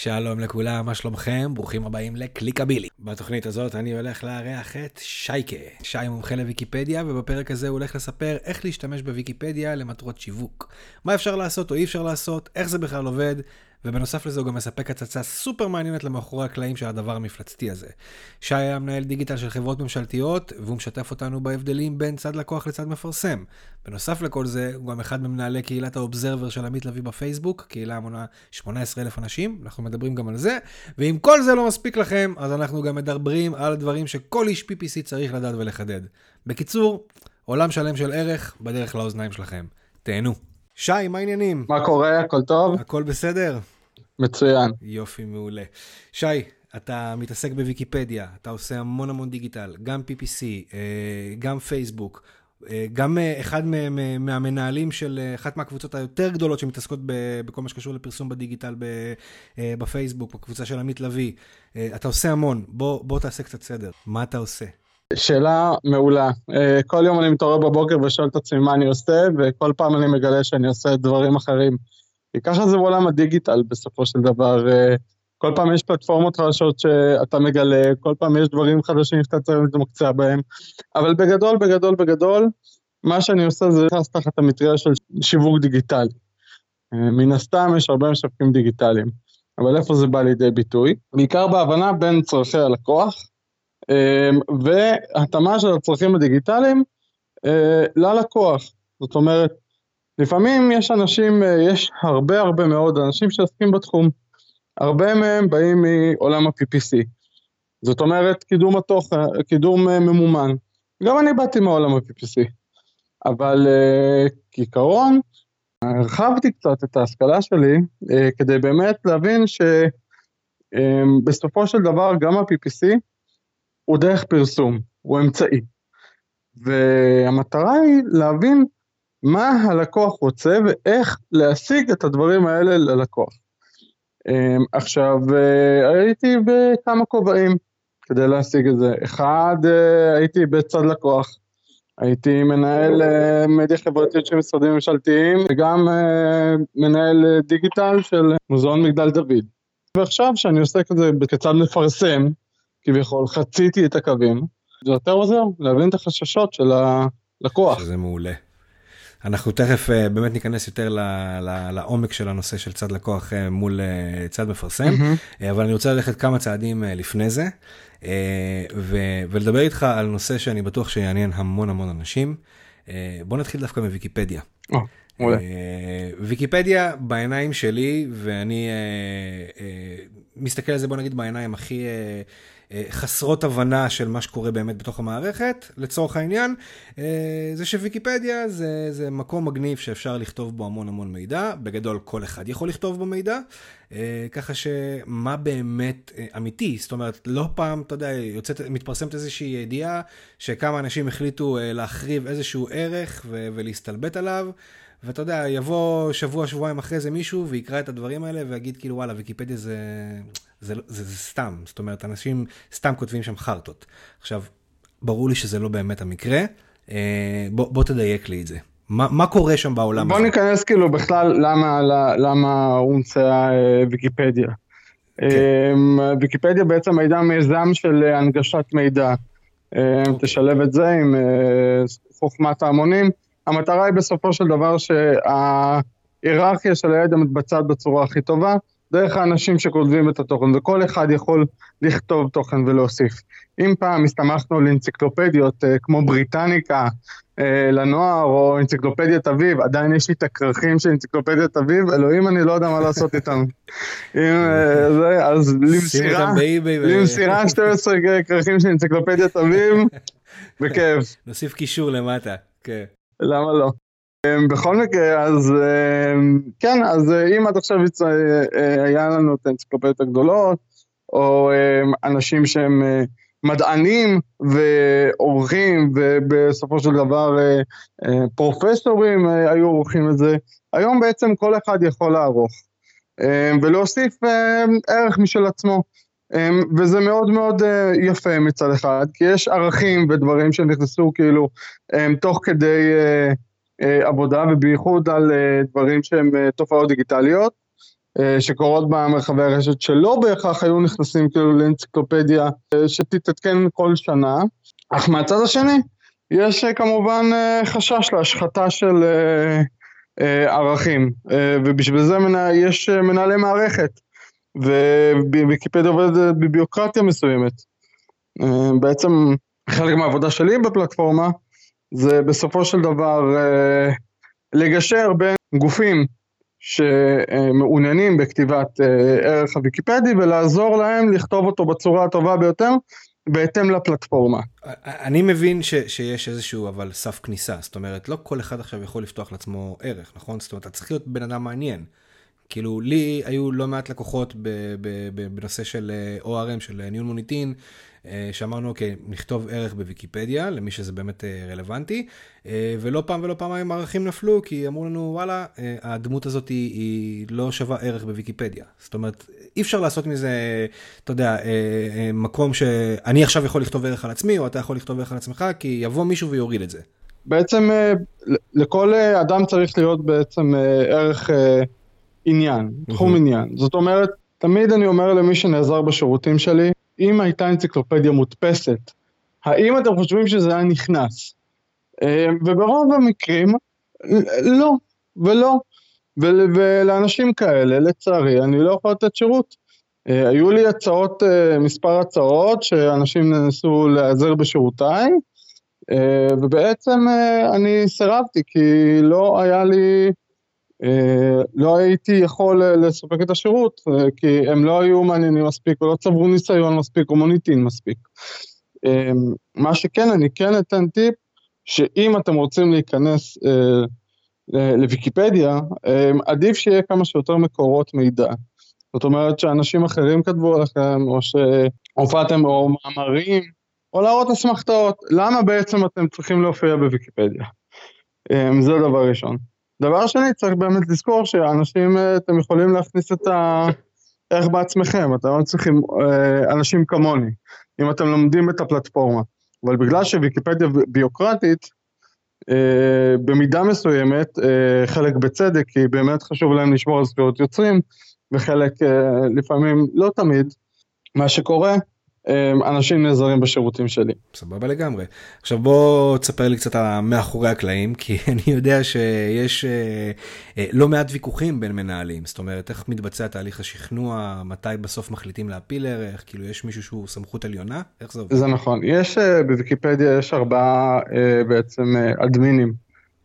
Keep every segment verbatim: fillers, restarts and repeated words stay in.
שלום לכולם, מה שלומכם? ברוכים הבאים לקליקבילי. בתוכנית הזאת אני הולך לארח את שייקה. שי מומחה לוויקיפדיה, ובפרק הזה הוא הולך לספר איך להשתמש בוויקיפדיה למטרות שיווק. מה אפשר לעשות או אי אפשר לעשות, איך זה בכלל עובד, ובנוסף לזה הוא גם מספק הצצה סופר מעניינת למאחורי הקלעים של הדבר המפלצתי הזה. שי היה מנהל דיגיטל של חברות ממשלתיות, והוא משתף אותנו בהבדלים בין צד לקוח לצד מפרסם. בנוסף לכל זה, הוא גם אחד ממנהלי קהילת האובזרבר של עמית לוי בפייסבוק, קהילה המונה שמונה עשרה אלף אנשים, אנחנו מדברים גם על זה, ואם כל זה לא מספיק לכם, אז אנחנו גם מדברים על דברים שכל איש פי פי סי צריך לדעת ולחדד. בקיצור, עולם שלם של ערך בדרך לאוזניים שלכם. תהנו. שי, מה העניינים? מה קורה? הכל טוב? הכל בסדר? מצוין. יופי, מעולה. שי, אתה מתעסק בוויקיפדיה, אתה עושה המון המון דיגיטל, גם פי פי סי, גם פייסבוק, גם אחד מהמנהלים של אחת מהקבוצות היותר גדולות שמתעסקות בכל מה שקשור לפרסום בדיגיטל בפייסבוק, בקבוצה של עמית לוי. אתה עושה המון, בוא, בוא תעשה קצת סדר. מה אתה עושה? שאלה מעולה. כל יום אני מתעורר בבוקר ושואל את עצמי מה אני עושה, וכל פעם אני מגלה שאני עושה דברים אחרים. כי ככה זה בעולם הדיגיטל בסופו של דבר. כל פעם יש פלטפורמות חדשות שאתה מגלה, כל פעם יש דברים חדשים שאתה צריך להתמקצע בהם. אבל בגדול, בגדול, בגדול, מה שאני עושה זה נכנס תחת המטריה של שיווק דיגיטלי. מן הסתם יש הרבה משווקים דיגיטליים. אבל איפה זה בא לידי ביטוי? בעיקר בהבנה בין צרכי הלקוח, והתאמה של הצרכים הדיגיטליים ללקוח. זאת אומרת, לפעמים יש אנשים, יש הרבה הרבה מאוד אנשים שעוסקים בתחום, הרבה מהם באים מעולם ה-פי פי סי, זאת אומרת קידום התוכן, קידום ממומן, גם אני באתי מעולם ה-פי פי סי, אבל כעיקרון, הרחבתי קצת את ההשכלה שלי, כדי באמת להבין שבסופו של דבר גם ה-פי פי סי, הוא דרך פרסום, הוא אמצעי, והמטרה היא להבין מה הלקוח רוצה ואיך להשיג את הדברים האלה ללקוח. עכשיו, הייתי בכמה כובעים כדי להשיג את זה. אחד, הייתי בצד לקוח, הייתי מנהל מדיה חברתית של משרדים ממשלתיים, וגם מנהל דיגיטל של מוזיאון מגדל דוד. ועכשיו שאני עוסק את זה כצד מפרסם, כביכול חציתי את הקווים, זה יותר עוזר להבין את החששות של הלקוח. שזה מעולה. אנחנו תכף באמת ניכנס יותר לעומק של הנושא של צד לקוח מול צד מפרסם, אבל אני רוצה ללכת כמה צעדים לפני זה, ולדבר איתך על נושא שאני בטוח שיעניין המון המון אנשים. בוא נתחיל דווקא מוויקיפדיה. ויקיפדיה בעיניים שלי, ואני מסתכל על זה, בוא נגיד, בעיניים הכי חסרות הבנה של מה שקורה באמת בתוך המערכת, לצורך העניין, זה שוויקיפדיה זה, זה מקום מגניב שאפשר לכתוב בו המון המון מידע, בגדול כל אחד יכול לכתוב בו מידע, ככה שמה באמת אמיתי, זאת אומרת, לא פעם, אתה יודע, יוצאת, מתפרסמת איזושהי ידיעה, שכמה אנשים החליטו להחריב איזשהו ערך ו- ולהסתלבט עליו, ואתה יודע, יבוא שבוע, שבועיים אחרי זה מישהו, ויקרא את הדברים האלה, ויגיד כאילו, וואלה, ויקיפדיה זה, זה, זה, זה סתם. זאת אומרת, אנשים סתם כותבים שם חרטות. עכשיו, ברור לי שזה לא באמת המקרה. בוא, בוא תדייק לי את זה. מה, מה קורה שם בעולם בוא הזה? בוא ניכנס כאילו בכלל, למה, למה הומצאה ויקיפדיה. Okay. ויקיפדיה בעצם מידע מיזם של הנגשת מידע. Okay. תשלב את זה עם חוכמת ההמונים. המטרה היא בסופו של דבר שההיררכיה של הידע מתבצעת בצורה הכי טובה, דרך האנשים שכותבים את התוכן, וכל אחד יכול לכתוב תוכן ולהוסיף. אם פעם הסתמכנו לאנציקלופדיות כמו בריטניקה לנוער, או אנציקלופדיית אביב, עדיין יש לי את הכרכים של אנציקלופדיית אביב, אלוהים אני לא יודע מה לעשות איתם. אז למסירה שתים עשרה כרכים של אנציקלופדיית אביב, בכיף. נוסיף קישור למטה, כן. למה לא? בכל מקרה, אז כן, אז אם עד עכשיו היה לנו את האנציקלופדיות הגדולות, או אנשים שהם מדענים ועורכים, ובסופו של דבר פרופסורים היו עורכים את זה, היום בעצם כל אחד יכול לערוך, ולהוסיף ערך משל עצמו, וזה מאוד מאוד יפה מצד אחד, כי יש ערכים ודברים שנכנסו כאילו תוך כדי עבודה, ובייחוד על דברים שהם תופעות דיגיטליות, שקורות במרחבי הרשת שלא בהכרח היו נכנסים כאילו לאנציקלופדיה שתתעדכן כל שנה, אך מהצד השני יש כמובן חשש להשחתה של ערכים, ובשביל זה יש מנהלי מערכת, וויקיפדיה עובדת בביוקרטיה מסוימת. בעצם חלק מהעבודה שלי בפלטפורמה זה בסופו של דבר לגשר בין גופים שמעוניינים בכתיבת ערך הוויקיפדי ולעזור להם לכתוב אותו בצורה הטובה ביותר בהתאם לפלטפורמה. אני מבין ש, שיש איזשהו אבל סף כניסה, זאת אומרת לא כל אחד עכשיו יכול לפתוח לעצמו ערך, נכון? זאת אומרת אתה צריך להיות בן אדם מעניין. כאילו לי היו לא מעט לקוחות בנושא של או אר אם, של ניהול מוניטין, שאמרנו, אוקיי, נכתוב ערך בוויקיפדיה, למי שזה באמת רלוונטי, ולא פעם ולא פעם הערכים נפלו, כי אמרו לנו, וואלה, הדמות הזאת היא, היא לא שווה ערך בוויקיפדיה. זאת אומרת, אי אפשר לעשות מזה, אתה יודע, מקום שאני עכשיו יכול לכתוב ערך על עצמי, או אתה יכול לכתוב ערך על עצמך, כי יבוא מישהו ויוריד את זה. בעצם, לכל אדם צריך להיות בעצם ערך עניין, תחום עניין. זאת אומרת, תמיד אני אומר למי שנעזר בשירותים שלי, אם הייתה אנציקלופדיה מודפסת, האם אתם חושבים שזה היה נכנס? וברוב המקרים, לא, ולא. ולאנשים כאלה, לצערי, אני לא יכול לתת שירות. היו לי הצעות, מספר הצעות, שאנשים נסו להיעזר בשירותיי, ובעצם אני סירבתי, כי לא היה לי, לא הייתי יכול לספק את השירות, כי הם לא היו מעניינים מספיק, ולא צברו ניסיון מספיק, או מוניטין מספיק. מה שכן, אני כן אתן טיפ, שאם אתם רוצים להיכנס לוויקיפדיה, עדיף שיהיה כמה שיותר מקורות מידע. זאת אומרת שאנשים אחרים כתבו עליכם, או שהופעתם או מאמרים, או להראות אסמכתאות. למה בעצם אתם צריכים להופיע בוויקיפדיה? זה דבר ראשון. דבר שני, צריך באמת לזכור שאנשים, אתם יכולים להכניס את הערך בעצמכם, אתם לא צריכים אנשים כמוני, אם אתם לומדים את הפלטפורמה. אבל בגלל שוויקיפדיה ביוקרטית, במידה מסוימת, חלק בצדק, כי באמת חשוב להם לשמור על זכויות יוצרים, וחלק לפעמים לא תמיד, מה שקורה, אנשים נעזרים בשירותים שלי. סבבה לגמרי. עכשיו בוא תספר לי קצת מאחורי הקלעים, כי אני יודע שיש לא מעט ויכוחים בין מנהלים, זאת אומרת, איך מתבצע תהליך השכנוע, מתי בסוף מחליטים להפיל ערך, כאילו יש מישהו שהוא סמכות עליונה, איך זה עובד? זה נכון, יש בוויקיפדיה, יש ארבעה בעצם אדמינים,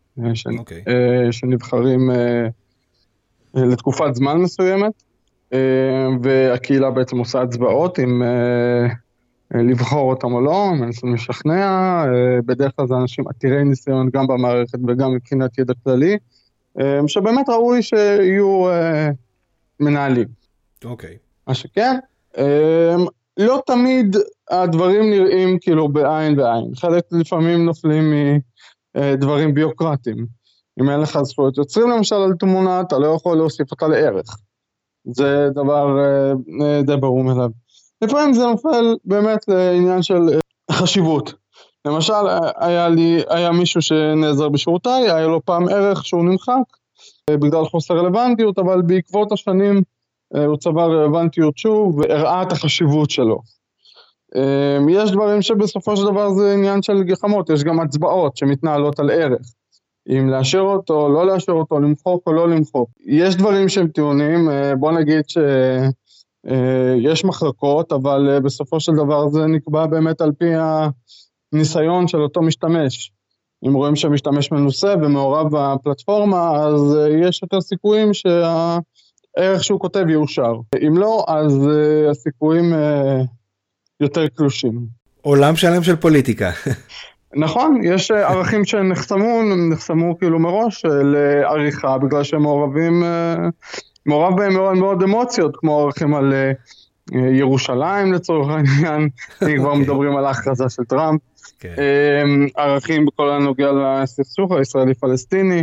שנבחרים לתקופת זמן מסוימת, והקהילה בעצם עושה הצבעות עם לבחור אותם או לא, מנסים לשכנע, בדרך כלל זה אנשים עתירי ניסיון גם במערכת וגם מבחינת ידע כללי, שבאמת ראוי שיהיו מנהלים. אוקיי. מה שכן, לא תמיד הדברים נראים כאילו בעין בעין, חלק לפעמים נופלים מדברים ביוקרטיים. אם אין לך זכויות יוצרים למשל על תמונה, אתה לא יכול להוסיף אותה לערך. זה דבר די ברור מאליו. לפעמים זה נופל באמת לעניין של חשיבות. למשל, היה לי, היה מישהו שנעזר בשירותיי, היה לו פעם ערך שהוא נמחק, בגלל חוסר רלוונטיות, אבל בעקבות השנים הוא צבר רלוונטיות שוב, והראה את החשיבות שלו. יש דברים שבסופו של דבר זה עניין של גחמות, יש גם הצבעות שמתנהלות על ערך. אם לאשר אותו, לא לאשר אותו, למחוק או לא למחוק. יש דברים שהם טיעונים, בוא נגיד שיש מחלקות, אבל בסופו של דבר זה נקבע באמת על פי הניסיון של אותו משתמש. אם רואים שהמשתמש מנוסה ומעורב בפלטפורמה, אז יש יותר סיכויים שהערך שהוא כותב יאושר. אם לא, אז הסיכויים יותר קלושים. עולם שלם של פוליטיקה. נכון, יש ערכים שנחסמו, נחסמו כאילו מראש לעריכה, בגלל שהם מעורבים, מעורב בהם מאוד מאוד אמוציות, כמו ערכים על ירושלים לצורך העניין, אם כבר מדברים על ההכרזה של טראמפ, ערכים בכל הנוגע לסכסוך הישראלי-פלסטיני,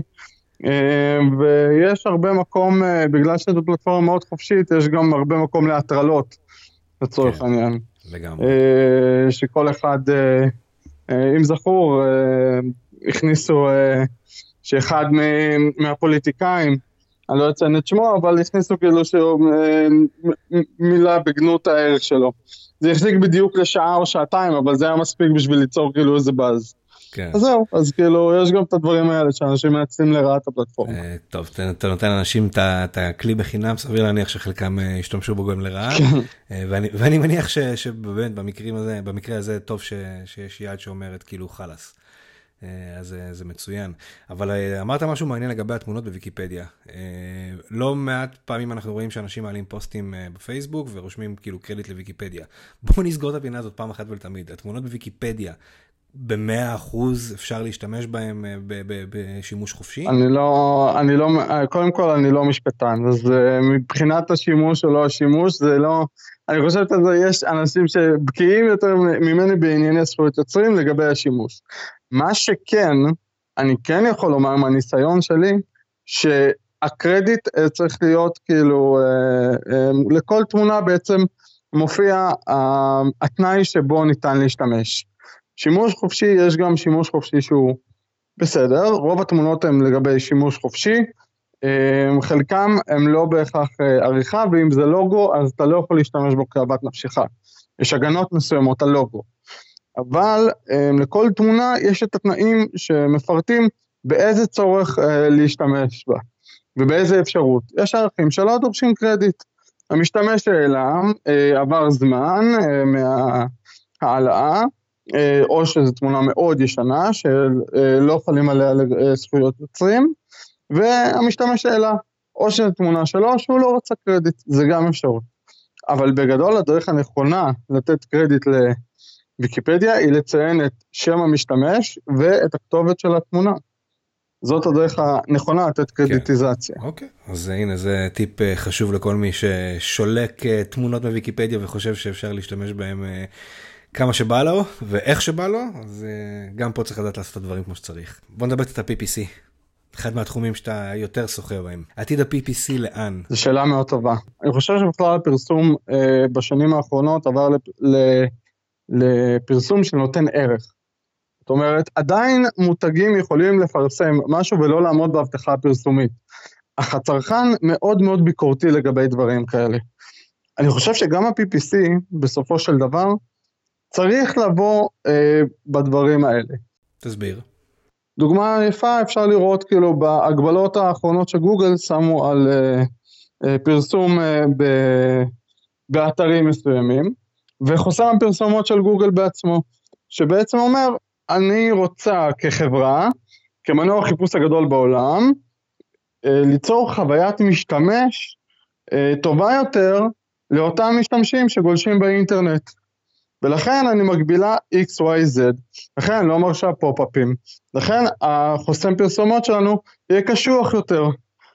ויש הרבה מקום, בגלל שזו פלטפורמה מאוד חופשית, יש גם הרבה מקום להטרלות לצורך העניין. לגמרי. שכל אחד... אם זכור, הכניסו שאחד מהפוליטיקאים אני לא אציין את שמו, אבל הכניסו כאילו שהוא מילה בגנות הערך שלו. זה החזיק בדיוק לשעה או שעתיים, אבל זה היה מספיק בשביל ליצור כאילו איזה באז. כן. אז זהו, אז כאילו יש גם את הדברים האלה שאנשים מנצלים לרעת הפלטפורמה. טוב, אתה נותן לאנשים את הכלי בחינם, סביר להניח שחלקם ישתמשו בו גם לרעה, ואני מניח שבאמת במקרה הזה טוב שיש יד שאומרת כאילו חלס. אז זה מצוין. אבל אמרת משהו מעניין לגבי התמונות בוויקיפדיה. לא מעט פעמים אנחנו רואים שאנשים מעלים פוסטים בפייסבוק ורושמים כאילו קרדיט לוויקיפדיה. בואו נסגור את הפינה הזאת פעם אחת ולתמיד. התמונות בוויקיפדיה, במאה אחוז אפשר להשתמש בהם בשימוש חופשי? אני לא, אני לא, קודם כל אני לא משפטן, אז מבחינת השימוש או לא השימוש, זה לא, אני חושב שיש אנשים שבקיאים יותר ממני בענייני זכויות יוצרים לגבי השימוש. מה שכן, אני כן יכול לומר מהניסיון שלי, שהקרדיט צריך להיות כאילו, לכל תמונה בעצם מופיע התנאי שבו ניתן להשתמש. שימוש חופשי, יש גם שימוש חופשי שהוא בסדר, רוב התמונות הן לגבי שימוש חופשי, חלקם הם לא בהכרח עריכה, ואם זה לוגו, אז אתה לא יכול להשתמש בו כאוות נפשך. יש הגנות מסוימות על לוגו. אבל לכל תמונה יש את התנאים שמפרטים באיזה צורך להשתמש בה, ובאיזה אפשרות. יש ערכים שלא דורשים קרדיט. המשתמש אליהם עבר זמן מההעלאה, או שזו תמונה מאוד ישנה, שלא חלים עליה זכויות יוצרים, והמשתמש אלה, או שזו תמונה שלו, שהוא לא רוצה קרדיט, זה גם אפשרות. אבל בגדול הדרך הנכונה לתת קרדיט לוויקיפדיה, היא לציין את שם המשתמש, ואת הכתובת של התמונה. זאת הדרך הנכונה לתת קרדיטיזציה. אוקיי, אז הנה זה טיפ חשוב לכל מי ששולק תמונות בוויקיפדיה, וחושב שאפשר להשתמש בהם כמה שבא לו, ואיך שבא לו, אז גם פה צריך לדעת לעשות את הדברים כמו שצריך. בוא נדבר את ה-פי פי סי. אחד מהתחומים שאתה יותר סוחר בהם. עתיד ה-פי פי סי לאן? זו שאלה מאוד טובה. אני חושב שבכלל הפרסום אה, בשנים האחרונות עבר לפ... לפרסום שנותן ערך. זאת אומרת, עדיין מותגים יכולים לפרסם משהו ולא לעמוד בהבטחה הפרסומית. אך הצרכן מאוד מאוד ביקורתי לגבי דברים כאלה. אני חושב שגם ה-פי פי סי בסופו של דבר, צריך לבוא אה, בדברים האלה. תסביר. דוגמה יפה, אפשר לראות כאילו בהגבלות האחרונות שגוגל שמו על אה, אה, פרסום אה, ב, באתרים מסוימים, וחוסם הפרסומות של גוגל בעצמו, שבעצם אומר, אני רוצה כחברה, כמנוע החיפוש הגדול בעולם, אה, ליצור חוויית משתמש אה, טובה יותר לאותם משתמשים שגולשים באינטרנט. ולכן אני מגבילה אקס וואי זד, לכן אני לא מרשה פופ-אפים, לכן החוסם פרסומות שלנו יהיה קשוח יותר,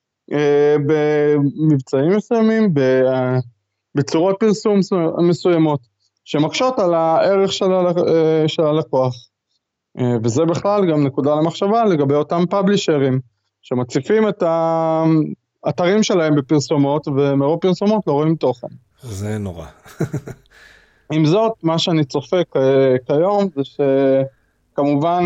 במבצעים מסוימים, בצורות פרסום מסוימות, שמקשות על הערך של הלקוח, וזה בכלל גם נקודה למחשבה לגבי אותם פאבלישרים, שמציפים את האתרים שלהם בפרסומות, ומרוב פרסומות לא רואים תוכן. זה נורא. עם זאת, מה שאני צופה כיום זה שכמובן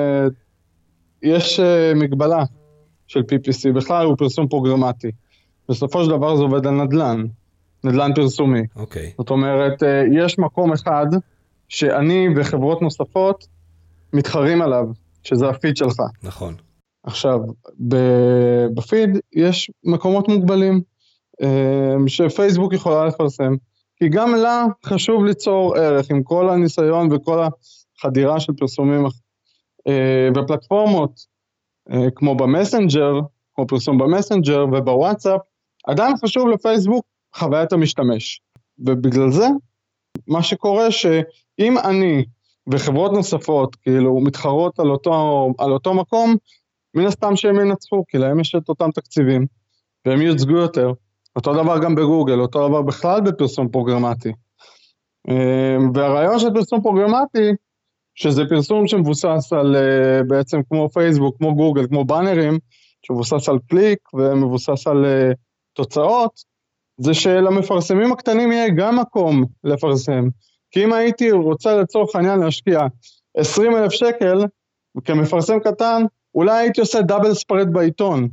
יש מגבלה של פי פי סי, בכלל הוא פרסום פרוגרמטי. בסופו של דבר זה עובד על נדל"ן, נדל"ן פרסומי. אוקיי. זאת אומרת, יש מקום אחד שאני וחברות נוספות מתחרים עליו, שזה הפיד שלך. נכון. עכשיו, בפיד יש מקומות מוגבלים, שפייסבוק יכולה לפרסם. כי גם לה חשוב ליצור ערך עם כל הניסיון וכל החדירה של פרסומים ופלטפורמות, כמו במסנג'ר, כמו פרסום במסנג'ר ובוואטסאפ, עדיין חשוב לפייסבוק חוויית המשתמש. ובגלל זה, מה שקורה שאם אני וחברות נוספות כאילו מתחרות על אותו, על אותו מקום, מן הסתם שהם ינצחו, כי להם יש את אותם תקציבים, והם יוצגו יותר. אותו דבר גם בגוגל, אותו דבר בכלל בפרסום פרוגרמטי. והרעיון של פרסום פרוגרמטי, שזה פרסום שמבוסס על בעצם כמו פייסבוק, כמו גוגל, כמו באנרים, שמבוסס על קליק ומבוסס על תוצאות, זה שלמפרסמים הקטנים יהיה גם מקום לפרסם. כי אם הייתי רוצה לצורך העניין להשקיע עשרים אלף שקל, כמפרסם קטן, אולי הייתי עושה דאבל ספרד בעיתון,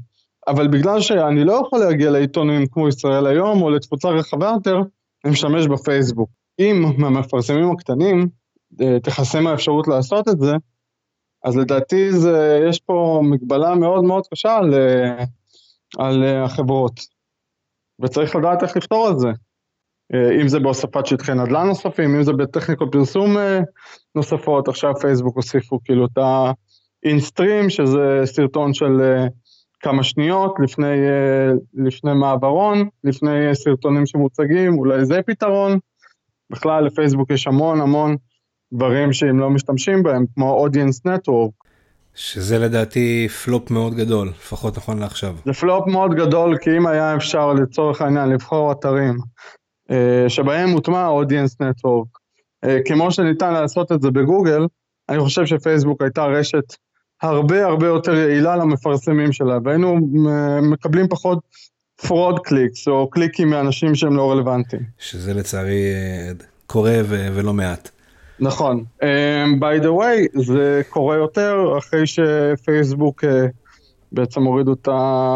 אבל בגלל שאני לא יכול להגיע לעיתונים כמו ישראל היום, או לתפוצה רחבה יותר, אני משתמש בפייסבוק. אם מהמפרסמים הקטנים תחסם האפשרות לעשות את זה, אז לדעתי זה, יש פה מגבלה מאוד מאוד קשה על, על החברות, וצריך לדעת איך לפתור את זה. אם זה בהוספת שטחי נדל"ן נוספים, אם זה בטכניקות פרסום נוספות. עכשיו פייסבוק הוסיפו כאילו את האינסטרים, שזה סרטון של כמה שניות לפני, לפני מעברון, לפני סרטונים שמוצגים, אולי זה פתרון. בכלל לפייסבוק יש המון המון דברים שהם לא משתמשים בהם, כמו Audience Network. שזה לדעתי פלופ מאוד גדול, לפחות נכון לעכשיו. זה פלופ מאוד גדול, כי אם היה אפשר לצורך העניין לבחור אתרים, שבהם מוטמע Audience Network, כמו שניתן לעשות את זה בגוגל, אני חושב שפייסבוק הייתה רשת הרבה הרבה יותר יעילה למפרסמים שלה, והיינו מקבלים פחות פרוד קליקס, או קליקים מאנשים שהם לא רלוונטיים. שזה לצערי קורה ו- ולא מעט. נכון. by the way, זה קורה יותר אחרי שפייסבוק בעצם הורידו את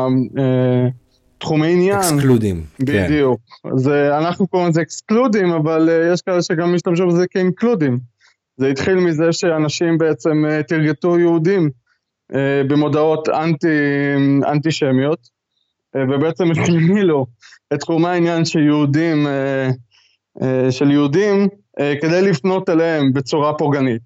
תחומי עניין. אקסקלודים. בדיוק. זה, אנחנו קוראים לזה אקסקלודים, אבל יש כאלה שגם משתמשו בזה כאינקלודים. זה התחיל מזה שאנשים בעצם תרגטו יהודים במודעות אנטי, אנטישמיות, ובעצם הפנילו את תחומי העניין של יהודים, של יהודים, כדי לפנות אליהם בצורה פוגענית.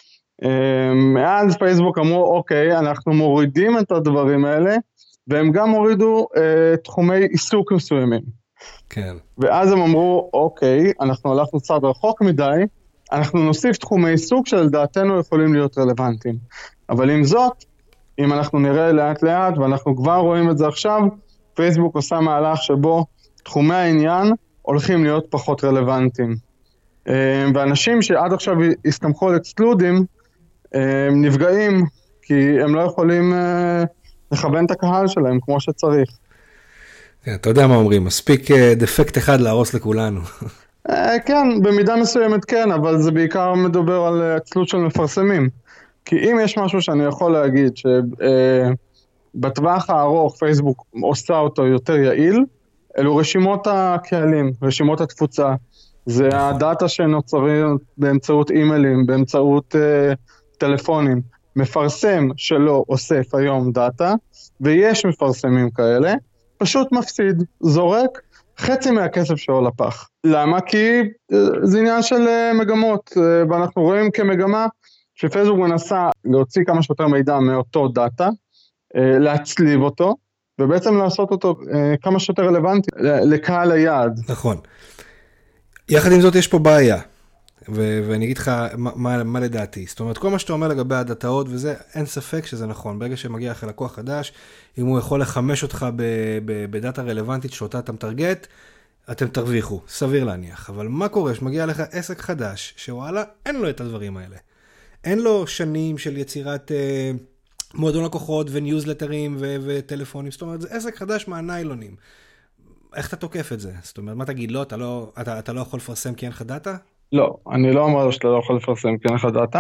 מאז פייסבוק אמרו, אוקיי, אנחנו מורידים את הדברים האלה, והם גם הורידו תחומי עיסוק מסוימים. כן. ואז הם אמרו, אוקיי, אנחנו הלכנו צעד רחוק מדי, אנחנו נוסיף תחומי עיסוק שלדעתנו יכולים להיות רלוונטיים. אבל עם זאת, אם אנחנו נראה לאט לאט, ואנחנו כבר רואים את זה עכשיו, פייסבוק עושה מהלך שבו תחומי העניין הולכים להיות פחות רלוונטיים. ואנשים שעד עכשיו הסתמכו על אקסקלודים, נפגעים, כי הם לא יכולים לכוון את הקהל שלהם כמו שצריך. אתה יודע מה אומרים, מספיק דפקט אחד להרוס לכולנו. כן, במידה מסוימת כן, אבל זה בעיקר מדובר על אקסקלוד של מפרסמים. כי אם יש משהו שאני יכול להגיד שבטווח הארוך פייסבוק עושה אותו יותר יעיל, אלו רשימות הקהלים, רשימות התפוצה. זה הדאטה שנוצרים באמצעות אימיילים, באמצעות uh, טלפונים. מפרסם שלא אוסף היום דאטה, ויש מפרסמים כאלה, פשוט מפסיד, זורק חצי מהכסף שלו לפח. למה? כי uh, זה עניין של uh, מגמות, uh, ואנחנו רואים כמגמה שפייסבוק מנסה להוציא כמה שיותר מידע מאותו דאטה, uh, להצליב אותו, ובעצם לעשות אותו uh, כמה שיותר רלוונטי לקהל היעד. נכון. יחד עם זאת יש פה בעיה, ו- ואני אגיד לך מה, מה, מה לדעתי. זאת אומרת, כל מה שאתה אומר לגבי הדאטאות וזה, אין ספק שזה נכון. ברגע שמגיע לך לקוח חדש, אם הוא יכול לחמש אותך ב- ב- בדאטה רלוונטית שאותה אתה מטרגט, אתם תרוויחו, סביר להניח. אבל מה קורה שמגיע לך עסק חדש, שוואלה, אין לו את הדברים האלה. אין לו שנים של יצירת אה, מועדון לקוחות וניוזלטרים ו- וטלפונים. זאת אומרת, זה עסק חדש מהניילונים. איך אתה תוקף את זה? זאת אומרת, מה תגיד? לא, אתה לא, אתה, אתה לא יכול לפרסם כי אין לך דאטה? לא, אני לא אומר שאתה לא יכול לפרסם כי אין לך דאטה.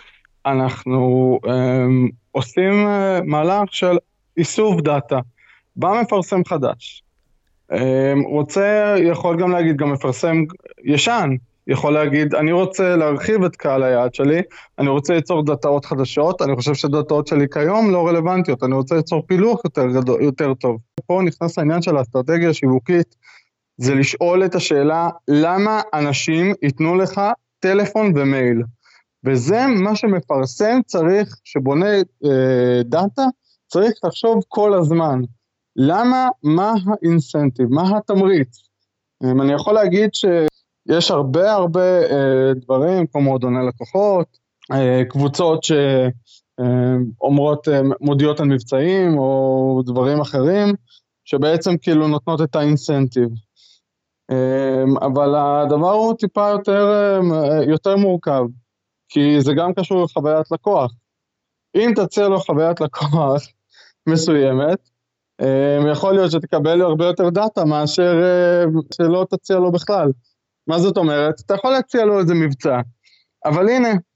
אנחנו um, עושים uh, מהלך של איסוף דאטה. בא מפרסם חדש. Um, רוצה, יכול גם להגיד, גם מפרסם ישן, יכול להגיד, אני רוצה להרחיב את קהל היעד שלי, אני רוצה ליצור דאטאות חדשות, אני חושב שדאטאות שלי כיום לא רלוונטיות, אני רוצה ליצור פילוח יותר, גדול, יותר טוב. פה נכנס העניין של האסטרטגיה השיווקית, זה לשאול את השאלה, למה אנשים ייתנו לך טלפון ומייל? וזה מה שמפרסם צריך, שבונה אה, דאטה, צריך לחשוב כל הזמן. למה, מה האינסנטיב, מה התמריץ? אני יכול להגיד שיש הרבה הרבה אה, דברים, כמו מועדוני לקוחות, אה, קבוצות שאומרות, אה, מודיעות על מבצעים, או דברים אחרים, שבעצם כאילו נותנות את האינסנטיב. אבל הדבר הוא טיפה יותר, יותר מורכב, כי זה גם קשור לחוויית לקוח. אם תציע לו חוויית לקוח מסוימת, יכול להיות שתקבל הרבה יותר דאטה מאשר שלא תציע לו בכלל. מה זאת אומרת? אתה יכול להציע לו איזה מבצע, אבל הנה,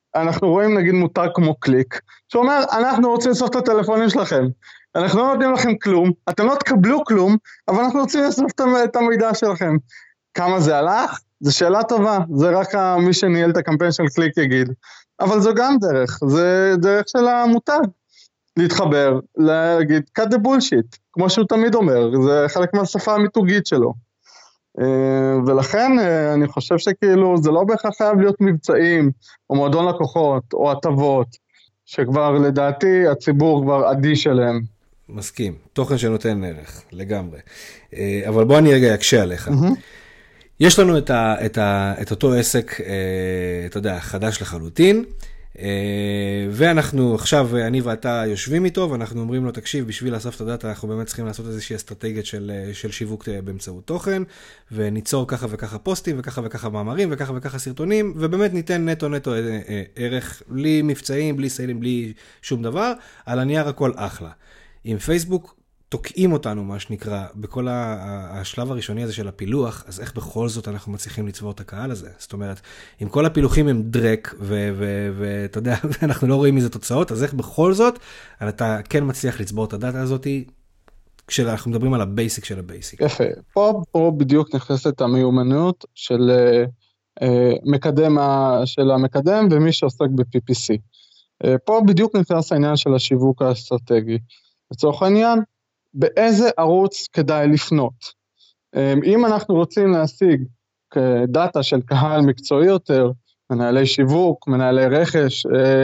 אנחנו רואים נגיד מותג כמו קליק, שאומר, אנחנו רוצים לאסוף את הטלפונים שלכם, אנחנו לא נותנים לכם כלום, אתם לא תקבלו כלום, אבל אנחנו רוצים לאסוף את המידע שלכם. כמה זה הלך? זו שאלה טובה, זה רק מי שניהל את הקמפיין של קליק יגיד, אבל זו גם דרך, זה דרך של המותג, להתחבר, להגיד, cut the bullshit, כמו שהוא תמיד אומר, זה חלק מהשפה המיתוגית שלו. ולכן אני חושב שכאילו זה לא בהכרח חייב להיות מבצעים, או מועדון לקוחות, או הטבות, שכבר לדעתי הציבור כבר אדיש אליהם. מסכים, תוכן שנותן ערך, לגמרי. אבל בוא אני רגע יקשה עליך. Mm-hmm. יש לנו את, ה, את, ה, את אותו עסק, אתה יודע, חדש לחלוטין, ואנחנו עכשיו, אני ואתה יושבים איתו, ואנחנו אומרים לו, תקשיב, בשביל לאסוף את הדאטה, אנחנו באמת צריכים לעשות איזושהי אסטרטגיה של, של שיווק באמצעות תוכן, וניצור ככה וככה פוסטים, וככה וככה מאמרים, וככה וככה סרטונים, ובאמת ניתן נטו נטו ערך, בלי מבצעים, בלי סיילים, בלי שום דבר, על הנייר הכל אחלה. עם פייסבוק, תוקעים אותנו, מה שנקרא, בכל השלב הראשוני הזה של הפילוח, אז איך בכל זאת אנחנו מצליחים לצבור את הקהל הזה? זאת אומרת, אם כל הפילוחים הם דרק, ואתה יודע, אנחנו לא רואים מזה תוצאות, אז איך בכל זאת, אתה כן מצליח לצבור את הדאטה הזאת, כשאנחנו מדברים על הבייסיק של הבייסיק. יפה, פה, פה בדיוק נכנסת המיומנות של מקדם, של המקדם, ומי שעוסק ב-פי פי סי. פה בדיוק נכנס העניין של השיווק האסטרטגי. לצורך העניין, באיזה ערוץ כדאי לפנות. אם אנחנו רוצים להשיג דאטה של קהל מקצועי יותר, מנהלי שיווק, מנהלי רכש,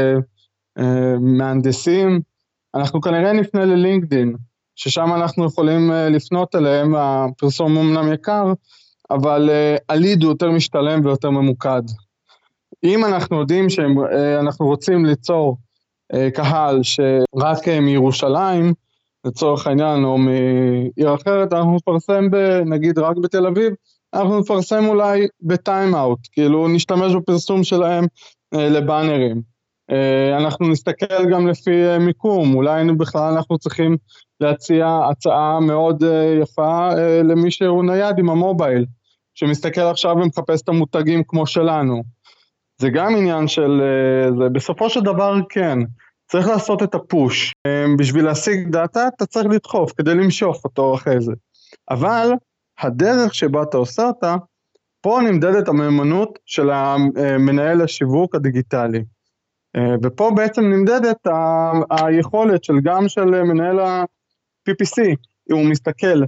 מהנדסים, אנחנו כנראה נפנה ללינקדין, ששם אנחנו יכולים לפנות אליהם, הפרסום אמנם יקר, אבל הליד הוא יותר משתלם ויותר ממוקד. אם אנחנו יודעים שאנחנו רוצים ליצור קהל שרק מירושלים, לצורך העניין, או מעיר אחרת, אנחנו נפרסם, נגיד רק בתל אביב, אנחנו נפרסם אולי בטיים-אוט, כאילו נשתמש בפרסום שלהם אה, לבאנרים. אה, אנחנו נסתכל גם לפי מיקום, אולי בכלל אנחנו צריכים להציע הצעה מאוד אה, יפה אה, למי שהוא נייד עם המובייל, שמסתכל עכשיו ומחפש את המותגים כמו שלנו. זה גם עניין של, אה, זה בסופו של דבר כן, צריך לעשות את הפוש. בשביל להשיג דאטה, אתה צריך לדחוף כדי למשוך אותו אחרי זה. אבל הדרך שבה אתה עושה אותה, פה נמדדת המהימנות של המנהל השיווק הדיגיטלי. ופה בעצם נמדדת ה- היכולת של גם של מנהל ה-פי פי סי, הוא מסתכל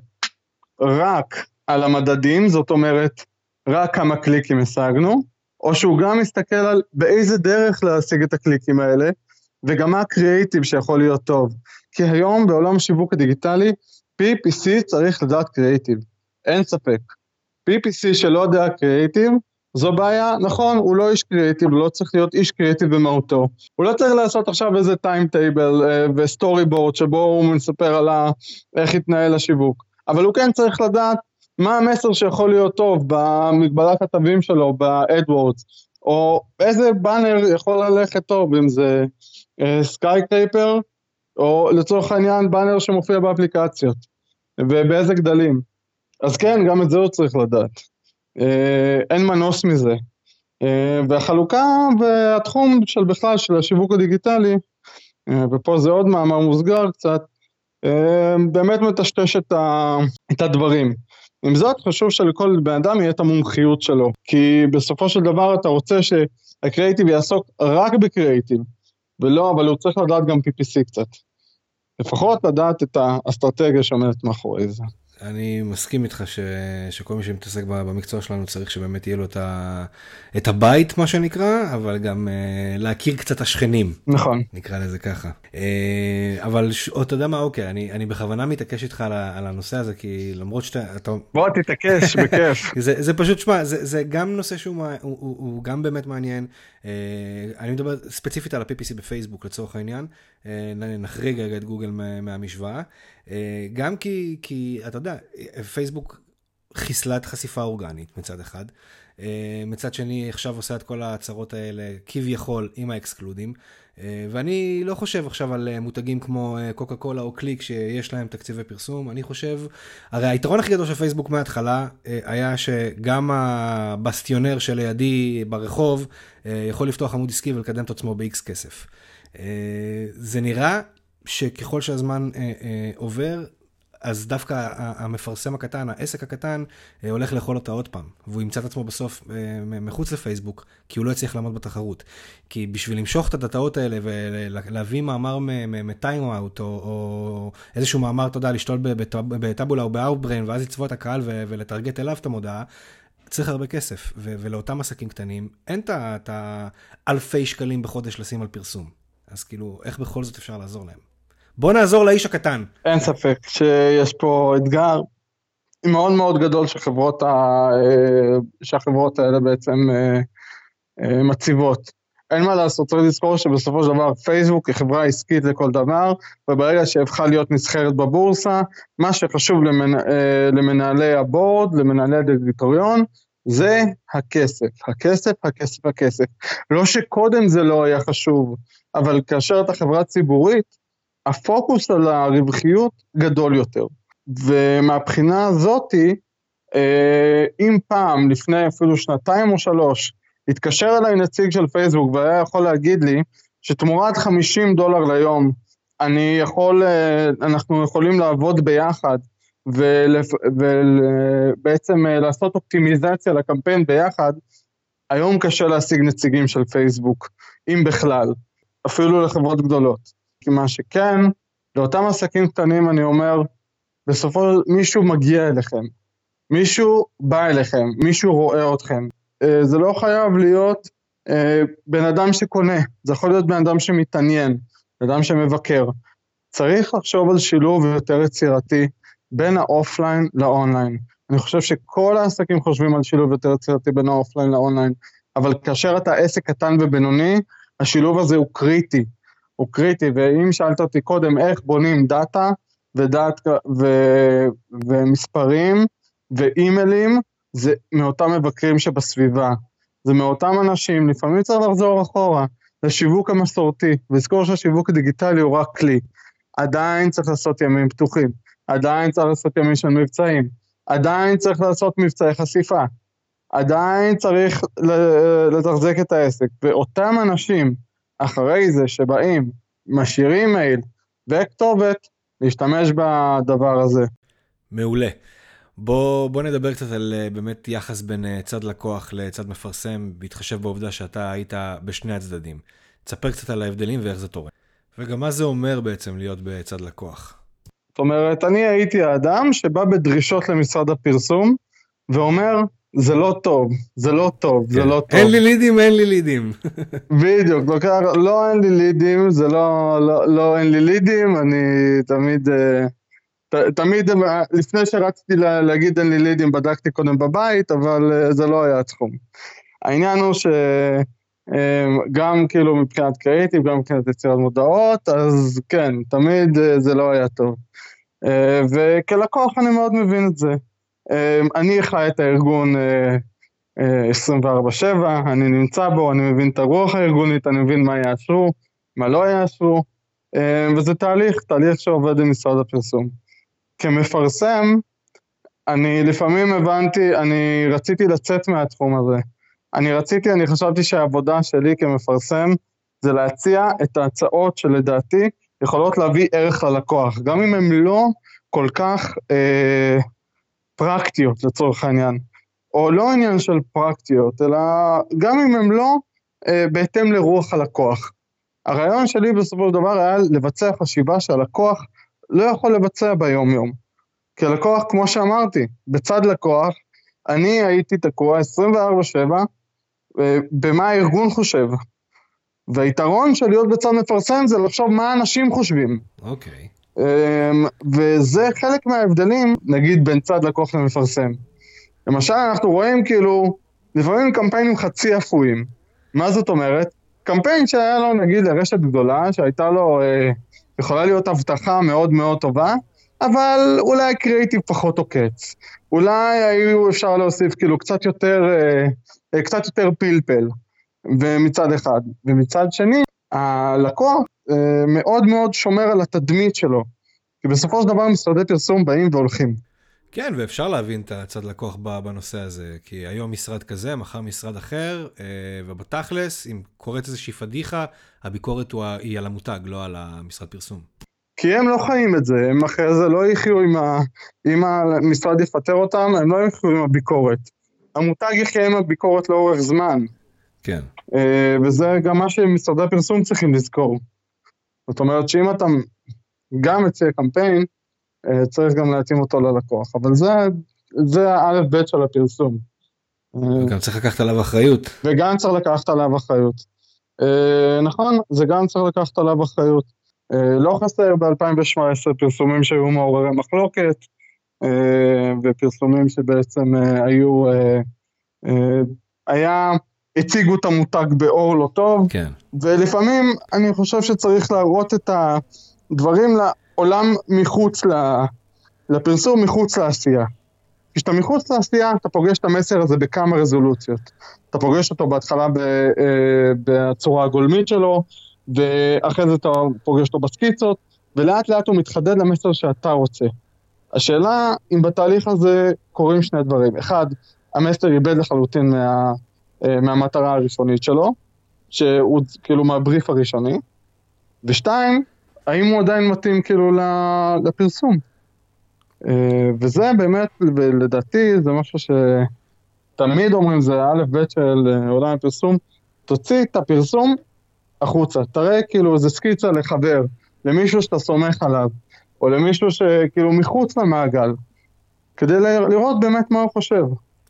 רק על המדדים, זאת אומרת, רק כמה קליקים השגנו, או שהוא גם מסתכל על באיזה דרך להשיג את הקליקים האלה, וגם מה הקריאיטיב שיכול להיות טוב. כי היום בעולם השיווק הדיגיטלי, פי פי סי צריך לדעת קריאיטיב, אין ספק. פי פי סי שלא יודע קריאיטיב, זו בעיה, נכון, הוא לא איש קריאיטיב, הוא לא צריך להיות איש קריאיטיב במהותו. הוא לא צריך לעשות עכשיו איזה טיימטייבל וסטורי בורד, שבו הוא מספר על איך יתנהל השיווק. אבל הוא כן צריך לדעת מה המסר שיכול להיות טוב במגבלת התווים שלו, ב-AdWords, או איזה באנר יכול ללכת טוב, אם זה סקייקרייפר, או לצורך העניין באנר שמופיע באפליקציות, ובאיזה גדלים. אז כן, גם את זה הוא צריך לדעת. אין מנוס מזה. והחלוקה והתחום של בכלל של השיווק הדיגיטלי, ופה זה עוד מאמר מוסגר קצת, באמת מטשטש את הדברים. עם זאת חשוב שלכל בן אדם יהיה את המומחיות שלו, כי בסופו של דבר אתה רוצה שהקריאיטיב יעסוק רק בקריאיטיב, ולא, אבל הוא צריך לדעת גם פי פי סי קצת. לפחות לדעת את האסטרטגיה שעומדת מאחורי זה. אני מסכים איתך ש... שכל מי שמתעסק במקצוע שלנו צריך שבאמת יהיה לו את, ה... את הבית, מה שנקרא, אבל גם uh, להכיר קצת השכנים. נכון. נקרא לזה ככה. Uh, אבל ש... אתה יודע מה, אוקיי, אני, אני בכוונה מתעקש איתך על, ה... על הנושא הזה, כי למרות שאתה... אתה... בוא תתעקש, בכיף. זה, זה פשוט, שמה, זה, זה גם נושא שהוא הוא, הוא, הוא גם באמת מעניין. Uh, אני מדבר ספציפית על ה-פי פי סי בפייסבוק לצורך העניין. Uh, נחריג רגע את גוגל מה... מהמשוואה. גם כי, כי אתה יודע, פייסבוק חיסלת חשיפה אורגנית מצד אחד, מצד שני עכשיו עושה את כל ההצהרות האלה כביכול עם האקסקלודים, ואני לא חושב עכשיו על מותגים כמו קוקה קולה או קליק שיש להם תקציבי פרסום. אני חושב, הרי היתרון הכי גדול של פייסבוק מההתחלה היה שגם הבסטיונר שלידי ברחוב יכול לפתוח עמוד עסקי ולקדם את עצמו ב-X כסף. זה נראה שככל שהזמן עובר, אז דווקא המפרסם הקטן, העסק הקטן, הולך לאכול אותה עוד פעם, והוא ימצא את עצמו בסוף מחוץ לפייסבוק, כי הוא לא יצליח לעמוד בתחרות. כי בשביל למשוך את הדאטאות האלה, ולהביא מאמר מטיים-אאוט, או איזשהו מאמר, תודה, לשתול בטאבולה או באאוטבריין, ואז לצבוע את הקהל ולטרגט אליו את המודעה, צריך הרבה כסף, ולאותם עסקים קטנים, אין את האלפי שקלים בחודש לשים על פרסום. אז כאילו, איך בכל זאת אפשר לעזור להם? בוא נעזור לאיש הקטן. אין ספק שיש פה אתגר מאוד מאוד גדול שחברות ה... שהחברות האלה בעצם מציבות. אין מה לעשות, צריך לזכור שבסופו של דבר פייסבוק היא חברה עסקית לכל דבר, וברגע שהפכה להיות נסחרת בבורסה, מה שחשוב למנ... למנהלי הבורד, למנהלי הדירקטוריון, זה הכסף, הכסף, הכסף, הכסף. לא שקודם זה לא היה חשוב, אבל כאשר אתה חברה ציבורית, הפוקוס על הרווחיות גדול יותר. ומהבחינה הזאת, אם פעם, לפני אפילו שנתיים או שלוש, התקשר אליי נציג של פייסבוק, והיה יכול להגיד לי, שתמורת חמישים דולר ליום, אני יכול, אנחנו יכולים לעבוד ביחד, ובעצם לעשות אופטימיזציה לקמפיין ביחד, היום קשה להשיג נציגים של פייסבוק, אם בכלל, אפילו לחברות גדולות. כי מה שכן, לאותם עסקים קטנים אני אומר, בסופו מישהו מגיע אליכם, מישהו בא אליכם, מישהו רואה אתכם. זה לא חייב להיות בן אדם שקונה, זה יכול להיות בן אדם שמתעניין, בן אדם שמבקר. צריך לחשוב על שילוב יותר יצירתי בין האופליין לאונליין. אני חושב שכל העסקים חושבים על שילוב יותר יצירתי בין האופליין לאונליין, אבל כאשר אתה עסק קטן ובינוני, השילוב הזה הוא קריטי. הוא קריטי, ואם שאלת אותי קודם איך בונים דאטה ודאט, ו, ומספרים ואימיילים, זה מאותם מבקרים שבסביבה, זה מאותם אנשים, לפעמים צריך לחזור אחורה, לשיווק המסורתי, וזכור שהשיווק הדיגיטלי הוא רק כלי, עדיין צריך לעשות ימים פתוחים, עדיין צריך לעשות ימים של מבצעים, עדיין צריך לעשות מבצעי חשיפה, עדיין צריך לתחזק את העסק, ואותם אנשים, אחרי זה שבאים, משאירים מייל וכתובת, להשתמש בדבר הזה. מעולה. בוא, בוא נדבר קצת על באמת יחס בין צד לקוח לצד מפרסם, בהתחשב בעובדה שאתה היית בשני הצדדים. תספר קצת על ההבדלים ואיך זה תורם. וגם מה זה אומר בעצם להיות בצד לקוח? זאת אומרת, אני הייתי האדם שבא בדרישות למשרד הפרסום, ואומר, זה לא טוב, זה לא טוב, זה לא טוב. אין לי לידים, אין לי לידים. בדיוק, לא אין לי לידים, זה לא, לא, לא אין לי לידים, אני תמיד, תמיד, לפני שרציתי להגיד אין לי לידים, בדקתי קודם בבית, אבל זה לא היה התחום. העניין הוא שגם כאילו מבחינת קריאיטיב, גם מבחינת יצירת מודעות, אז כן, תמיד זה לא היה טוב. וכלקוח אני מאוד מבין את זה. אני חי את הארגון עשרים וארבע שבע, אני נמצא בו, אני מבין את הרוח הארגונית, אני מבין מה יאשרו, מה לא יאשרו, וזה תהליך, תהליך שעובד עם משרד הפרסום. כמפרסם, אני לפעמים הבנתי, אני רציתי לצאת מהתחום הזה. אני רציתי, אני חשבתי שהעבודה שלי כמפרסם, זה להציע את ההצעות שלדעתי יכולות להביא ערך ללקוח, גם אם הן לא כל כך אה, פרקטיות לצורך העניין, או לא עניין של פרקטיות, אלא גם אם הן לא אה, בהתאם לרוח הלקוח. הרעיון שלי בסופו של דבר היה לבצע חשיבה שהלקוח לא יכול לבצע ביום יום. כי הלקוח, כמו שאמרתי, בצד לקוח, אני הייתי תקוע עשרים וארבע שבע, במה הארגון חושב. והיתרון של להיות בצד מפרסם זה לחשוב מה אנשים חושבים. אוקיי. וזה חלק מההבדלים, נגיד, בין צד לקוח למפרסם. למשל, אנחנו רואים כאילו, לפעמים קמפיינים חצי אפויים. מה זאת אומרת? קמפיין שהיה לו, נגיד, לרשת גדולה, שהייתה לו, יכולה להיות הבטחה מאוד מאוד טובה, אבל אולי קריאיטיב פחות עוקץ. אולי היו אפשר להוסיף כאילו קצת יותר, קצת יותר פלפל, ומצד אחד, ומצד שני, הלקוח מאוד מאוד שומר על התדמית שלו, כי בסופו של דבר משרדי פרסום באים והולכים. כן, ואפשר להבין את הצד לקוח בנושא הזה, כי היום משרד כזה, מחר משרד אחר, ובתכלס, אם קוראת איזושהי פדיחה, הביקורת היא על המותג, לא על המשרד פרסום. כי הם לא חיים את זה, הם אחרי זה לא יחיו עם ה... אם המשרד יפטר אותם, הם לא יחיו עם הביקורת. המותג יחיה עם הביקורת לאורך זמן. כן. וזה גם מה שמשרדי הפרסום צריכים לזכור. זאת אומרת שאם אתה גם מציע קמפיין, צריך גם להתאים אותו ללקוח, אבל זה, זה האלף בית של הפרסום. וגם צריך לקחת עליו אחריות. וגם צריך לקחת עליו אחריות. נכון, זה גם צריך לקחת עליו אחריות. לא חסר ב-אלפיים שבע עשרה פרסומים שהיו מעוררי מחלוקת, ופרסומים שבעצם היו, היה, הציגו את המותג באור לא טוב, כן. ולפעמים אני חושב שצריך להראות את הדברים לעולם מחוץ לפרסום, מחוץ לעשייה. כשאתה מחוץ לעשייה, אתה פוגש את המסר הזה בכמה רזולוציות. אתה פוגש אותו בהתחלה בצורה הגולמית שלו, ואחרי זה אתה פוגש אותו בסקיצות, ולאט לאט הוא מתחדד למסר שאתה רוצה. השאלה אם בתהליך הזה קורים שני דברים. אחד, המסר איבד לחלוטין מה, מהמטרה הראשונית שלו, שהוא כאילו מהבריף הראשוני, ושתיים, האם הוא עדיין מתאים כאילו לפרסום. וזה באמת, ולדעתי, זה משהו שתמיד אומרים, זה א' ב' של עולם הפרסום, תוציא את הפרסום החוצה, תראה כאילו איזה סקיצה לחבר, למישהו שאתה סומך עליו, או למישהו שכאילו מחוץ למעגל, כדי לראות באמת מה הוא חושב.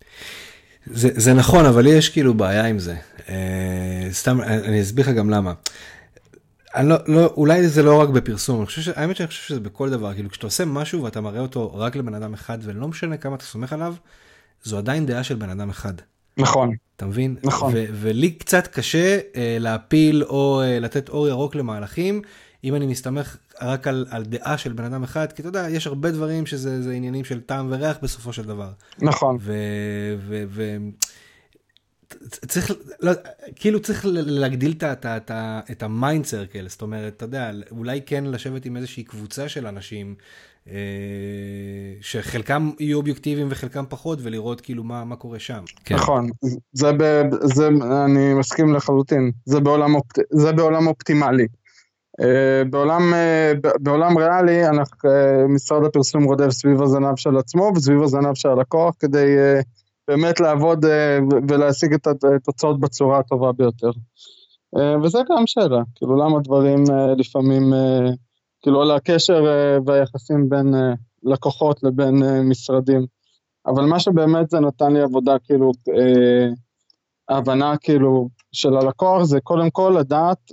זה, זה נכון, אבל לי יש כאילו בעיה עם זה. אה, סתם, אני אסביר לך גם למה. אני לא, לא, אולי זה לא רק בפרסום, אני חושב ש... האמת שאני חושב שזה בכל דבר, כאילו כשאתה עושה משהו ואתה מראה אותו רק לבן אדם אחד, ולא משנה כמה אתה סומך עליו, זו עדיין דעה של בן אדם אחד. נכון. אתה מבין? נכון. ו- ולי קצת קשה אה, להפיל או אה, לתת אור ירוק למהלכים, אם אני מסתמך רק על, על דעה של בן אדם אחד, כי אתה יודע, יש הרבה דברים שזה זה עניינים של טעם וריח בסופו של דבר. נכון. ו... ו-, ו- צריך, לא, כאילו צריך להגדיל את, את, את, את המיינד סרקל, זאת אומרת, אתה יודע, אולי כן לשבת עם איזושהי קבוצה של אנשים, אה, שחלקם יהיו אובייקטיביים וחלקם פחות, ולראות כאילו מה, מה קורה שם. נכון, כן. זה, ב, זה, אני מסכים לחלוטין, זה בעולם, אופט, זה בעולם אופטימלי. אה, בעולם, אה, בעולם ריאלי, אנחנו, אה, משרד הפרסום רודף סביב הזנב של עצמו, וסביב הזנב של הלקוח, כדי... אה, באמת לעבוד ולהשיג את התוצאות בצורה הטובה ביותר. וזה גם שאלה, כאילו למה דברים לפעמים, כאילו על הקשר והיחסים בין לקוחות לבין משרדים. אבל מה שבאמת זה נתן לי עבודה, כאילו, ההבנה כאילו של הלקוח, זה קודם כל לדעת,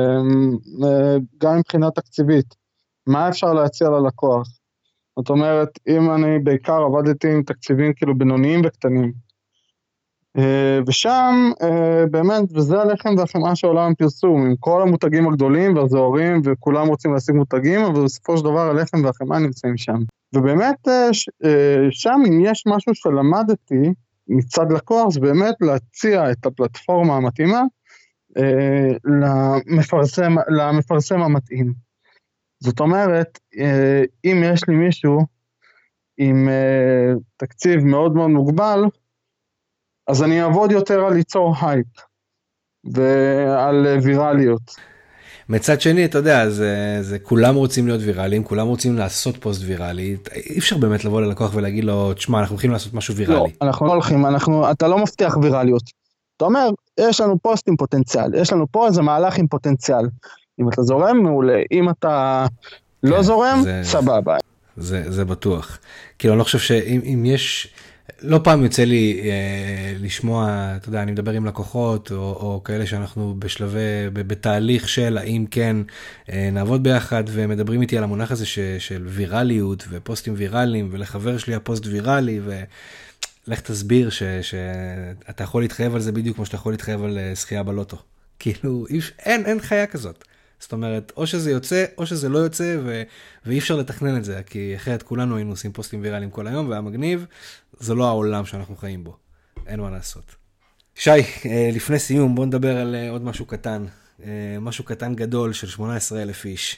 גם מבחינה תקציבית, מה אפשר להציע ללקוח. זאת אומרת, אם אני בעיקר עבדתי עם תקציבים כאילו בינוניים וקטנים, ושם באמת, וזה הלחם והחמאה של עולם הפרסום, עם כל המותגים הגדולים והזוהרים, וכולם רוצים להשיג מותגים, אבל בסופו של דבר הלחם והחמאה נמצאים שם. ובאמת, שם אם יש משהו שלמדתי מצד לקוח, זה באמת להציע את הפלטפורמה המתאימה למפרסם, למפרסם המתאים. זאת אומרת, אם יש לי מישהו עם תקציב מאוד מאוד מוגבל, אז אני אעבוד יותר על ליצור הייפ ועל ויראליות. מצד שני, אתה יודע, זה, זה כולם רוצים להיות ויראליים, כולם רוצים לעשות פוסט ויראלי, אי אפשר באמת לבוא ללקוח ולהגיד לו, תשמע, אנחנו הולכים לעשות משהו ויראלי. לא, אנחנו לא הולכים, אנחנו, אתה לא מבטיח ויראליות. אתה אומר, יש לנו פוסט עם פוטנציאל, יש לנו פה איזה מהלך עם פוטנציאל. אם אתה זורם, מעולה. אם אתה לא כן, זורם, זה, סבבה. זה, זה בטוח. כאילו, אני לא חושב שאם אם יש, לא פעם יוצא לי אה, לשמוע, אתה יודע, אני מדבר עם לקוחות, או, או כאלה שאנחנו בשלבי, בתהליך של האם כן אה, נעבוד ביחד, ומדברים איתי על המונח הזה ש, של ויראליות, ופוסטים ויראליים, ולחבר שלי הפוסט ויראלי, ולך תסביר ש, שאתה יכול להתחייב על זה בדיוק כמו שאתה יכול להתחייב על שחייה בלוטו. כאילו, אין, אין חיה כזאת. זאת אומרת, או שזה יוצא, או שזה לא יוצא, ו... ואי אפשר לתכנן את זה, כי אחרת כולנו היינו עושים פוסטים ויראליים כל היום, והמגניב, זה לא העולם שאנחנו חיים בו. אין מה לעשות. שי, לפני סיום, בוא נדבר על עוד משהו קטן. משהו קטן גדול של שמונה עשרה אלף איש.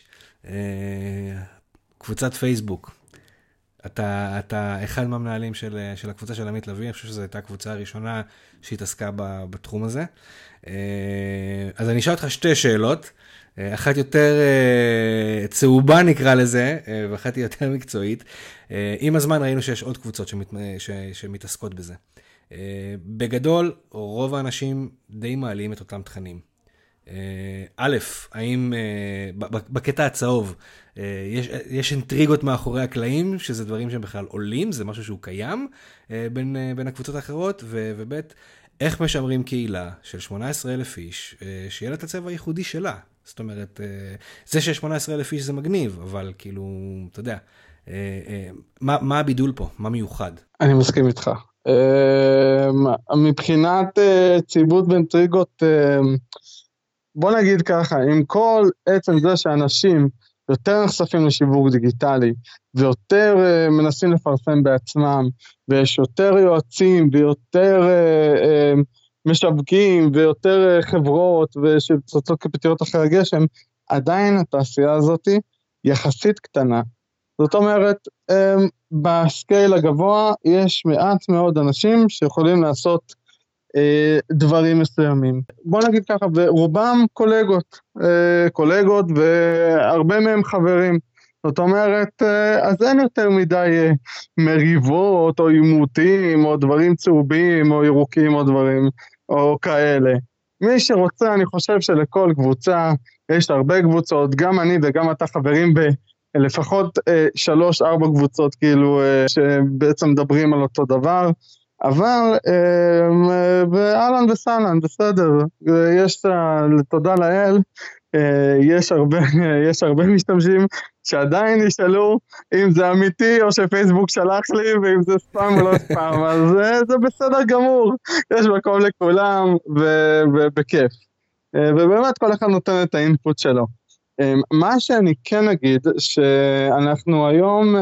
קבוצת פייסבוק. אתה, אתה אחד מהמנהלים של, של הקבוצה של עמית לוי, אני חושב שזו הייתה הקבוצה הראשונה שהתעסקה בתחום הזה. אז אני אשאל אותך שתי שאלות, אחת יותר צהובה נקרא לזה, ואחת יותר מקצועית. עם הזמן ראינו שיש עוד קבוצות שמת, ש, שמתעסקות בזה. בגדול, רוב האנשים די מעלים את אותם תכנים. א', האם בקטע הצהוב יש, יש אינטריגות מאחורי הקלעים, שזה דברים שהם בכלל עולים, זה משהו שהוא קיים בין, בין הקבוצות האחרות, ו, וב', איך משמרים קהילה של שמונה עשרה אלף איש, שיהיה לה את הצבע הייחודי שלה. זאת אומרת, זה ש-שמונה עשרה אלף איש זה מגניב, אבל כאילו, אתה יודע, מה, מה הבידול פה? מה מיוחד? אני מסכים איתך. מבחינת ציבות ואינטריגות, בוא נגיד ככה, עם כל עצם זה שאנשים יותר נחשפים לשיווק דיגיטלי, ויותר uh, מנסים לפרסם בעצמם, ויש יותר יועצים, ויותר uh, uh, משווקים, ויותר uh, חברות, ושצוצות כפטריות אחרי הגשם, עדיין התעשייה הזאת יחסית קטנה. זאת אומרת, um, בסקייל הגבוה, יש מעט מאוד אנשים שיכולים לעשות דברים מסוימים. בוא נגיד ככה, ורובם קולגות, קולגות והרבה מהם חברים. זאת אומרת, אז אין יותר מדי מריבות או עימותים או דברים צהובים או ירוקים או דברים או כאלה. מי שרוצה, אני חושב שלכל קבוצה, יש הרבה קבוצות, גם אני וגם אתה חברים בלפחות שלוש, ארבע קבוצות כאילו שבעצם מדברים על אותו דבר. אבל באלן וסלן, בסדר, יש, תודה לאל, יש הרבה, יש הרבה משתמשים שעדיין ישאלו אם זה אמיתי או שפייסבוק שלח לי ואם זה ספאם או לא ספאם, אז זה בסדר גמור, יש מקום לכולם ובכיף. ובאמת כל אחד נותן את האינפוט שלו. מה שאני כן אגיד, שאנחנו היום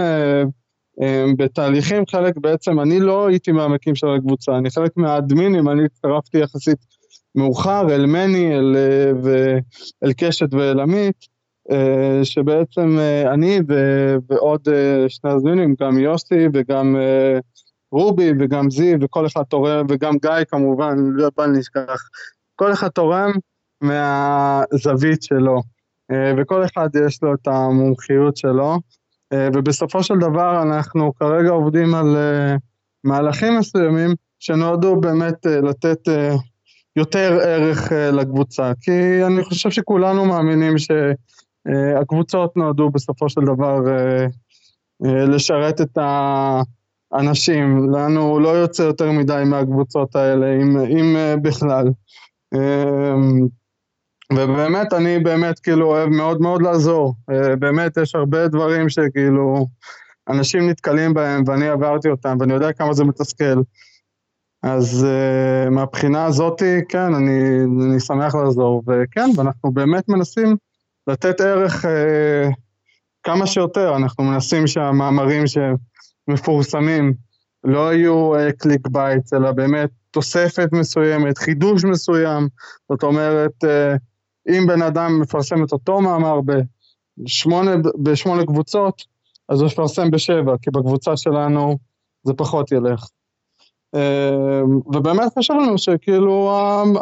בתהליכים, חלק בעצם, אני לא הייתי מהמקים של הקבוצה, אני חלק מהאדמינים, אני הצטרפתי יחסית מאוחר, אל מני, אל, אל קשת ואל עמית, שבעצם אני ועוד שני אדמינים, גם יוסי וגם רובי וגם זי, וכל אחד תורם, וגם גיא כמובן, לא בא נשכח, כל אחד תורם מהזווית שלו, וכל אחד יש לו את המומחיות שלו, ובסופו של דבר אנחנו כרגע עובדים על מהלכים מסוימים שנועדו באמת לתת יותר ערך לקבוצה, כי אני חושב שכולנו מאמינים שהקבוצות נועדו בסופו של דבר לשרת את האנשים, לנו לא יוצא יותר מדי מהקבוצות האלה, אם, אם בכלל. ובאמת אני באמת כאילו אוהב מאוד מאוד לעזור, באמת יש הרבה דברים שכאילו אנשים נתקלים בהם ואני עברתי אותם ואני יודע כמה זה מתסכל, אז uh, מהבחינה הזאת כן אני, אני שמח לעזור, וכן ואנחנו באמת מנסים לתת ערך uh, כמה שיותר, אנחנו מנסים שהמאמרים שמפורסמים לא יהיו uh, קליק בייט, אלא באמת תוספת מסוימת, חידוש מסוים, זאת אומרת uh, אם בן אדם מפרסם את אותו מאמר בשמונה, בשמונה קבוצות, אז הוא מפרסם בשבע, כי בקבוצה שלנו זה פחות ילך. ובאמת חשב לנו שכאילו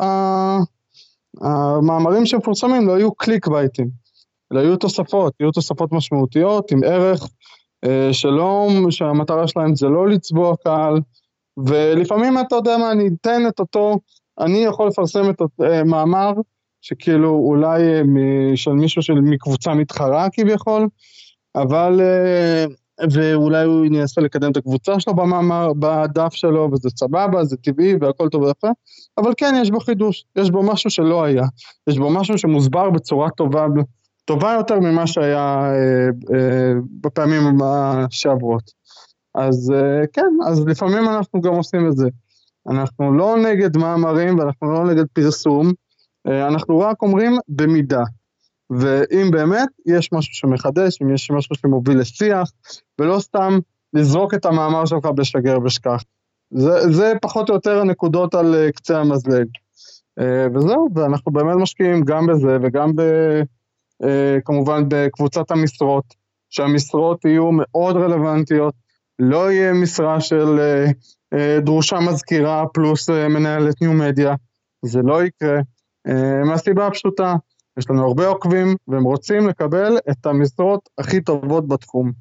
המאמרים שמפורסמים לא יהיו קליק בייטים, אלא יהיו תוספות, יהיו תוספות משמעותיות עם ערך שלא, שהמטרה שלהם זה לא לצבוע קהל, ולפעמים אתה יודע מה, אני אתן את אותו, אני יכול לפרסם את אותו מאמר, שכאילו אולי של מישהו של מקבוצה מתחרה כביכול, אבל ואולי הוא ינסה לקדם את הקבוצה שלו במאמר, בדף שלו, וזה סבבה, זה טבעי והכל טוב ויפה, אבל כן יש בו חידוש, יש בו משהו שלא היה, יש בו משהו שמוסבר בצורה טובה, טובה יותר ממה שהיה אה, אה, בפעמים שעברות. אז אה, כן, אז לפעמים אנחנו גם עושים את זה, אנחנו לא נגד מאמרים ואנחנו לא נגד פרסום, אנחנו רק אומרים במידה, ואם באמת יש משהו שמחדש, אם יש משהו שמוביל לשיח, ולא סתם לזרוק את המאמר שלך בשגר בשכח. זה, זה פחות או יותר הנקודות על קצה המזלג. וזהו, ואנחנו באמת משקיעים גם בזה, וגם ב, כמובן בקבוצת המשרות, שהמשרות יהיו מאוד רלוונטיות, לא יהיה משרה של דרושה מזכירה פלוס מנהלת ניו מדיה, זה לא יקרה, מהסיבה הפשוטה, יש לנו הרבה עוקבים, והם רוצים לקבל את המשרות הכי טובות בתחום,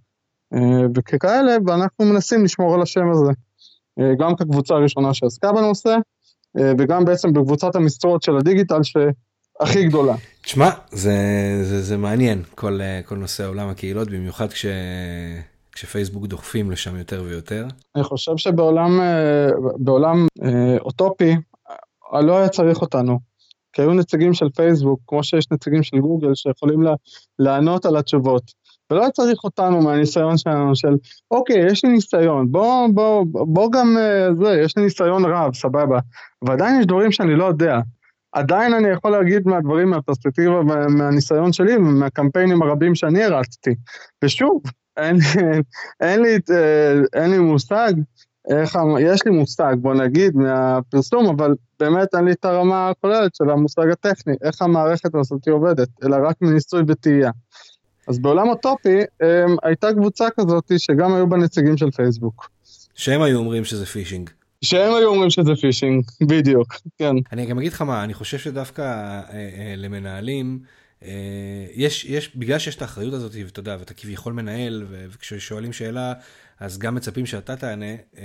וככאלה, ואנחנו מנסים לשמור על השם הזה, גם כקבוצה הראשונה שעסקה בנושא, וגם בעצם בקבוצת המשרות של הדיגיטל שהכי גדולה. תשמע, זה, זה, זה מעניין, כל, כל נושא העולם הקהילות, במיוחד כש, כשפייסבוק דוחפים לשם יותר ויותר. אני חושב שבעולם בעולם אוטופי, לא היה צריך אותנו, כי היו נציגים של פייסבוק, כמו שיש נציגים של גוגל, שיכולים לה, לענות על התשובות. ולא צריך אותנו מהניסיון שלנו, של אוקיי, יש לי ניסיון, בוא, בוא, בוא גם זה, יש לי ניסיון רב, סבבה. ועדיין יש דברים שאני לא יודע. עדיין אני יכול להגיד מהדברים, מהפרספקטיבה, מהניסיון שלי, מהקמפיינים הרבים שאני הרצתי. ושוב, אין, אין, אין, לי, אין לי מושג, איך, יש לי מושג, בוא נגיד, מהפרסום, אבל באמת אין לי את הרמה הכוללת של המושג הטכני, איך המערכת הזאת עובדת, אלא רק מניסוי וטעייה. אז בעולם אוטופי, הם, הייתה קבוצה כזאת שגם היו בנציגים של פייסבוק. שהם היו אומרים שזה פישינג. שהם היו אומרים שזה פישינג, בדיוק, כן. אני גם אגיד לך מה, אני חושב שדווקא אה, אה, למנהלים, אה, יש, יש, בגלל שיש את האחריות הזאת, ואתה יודע, ואתה כביכול מנהל, וכששואלים שאלה, אז גם מצפים שאתה תענה, אה,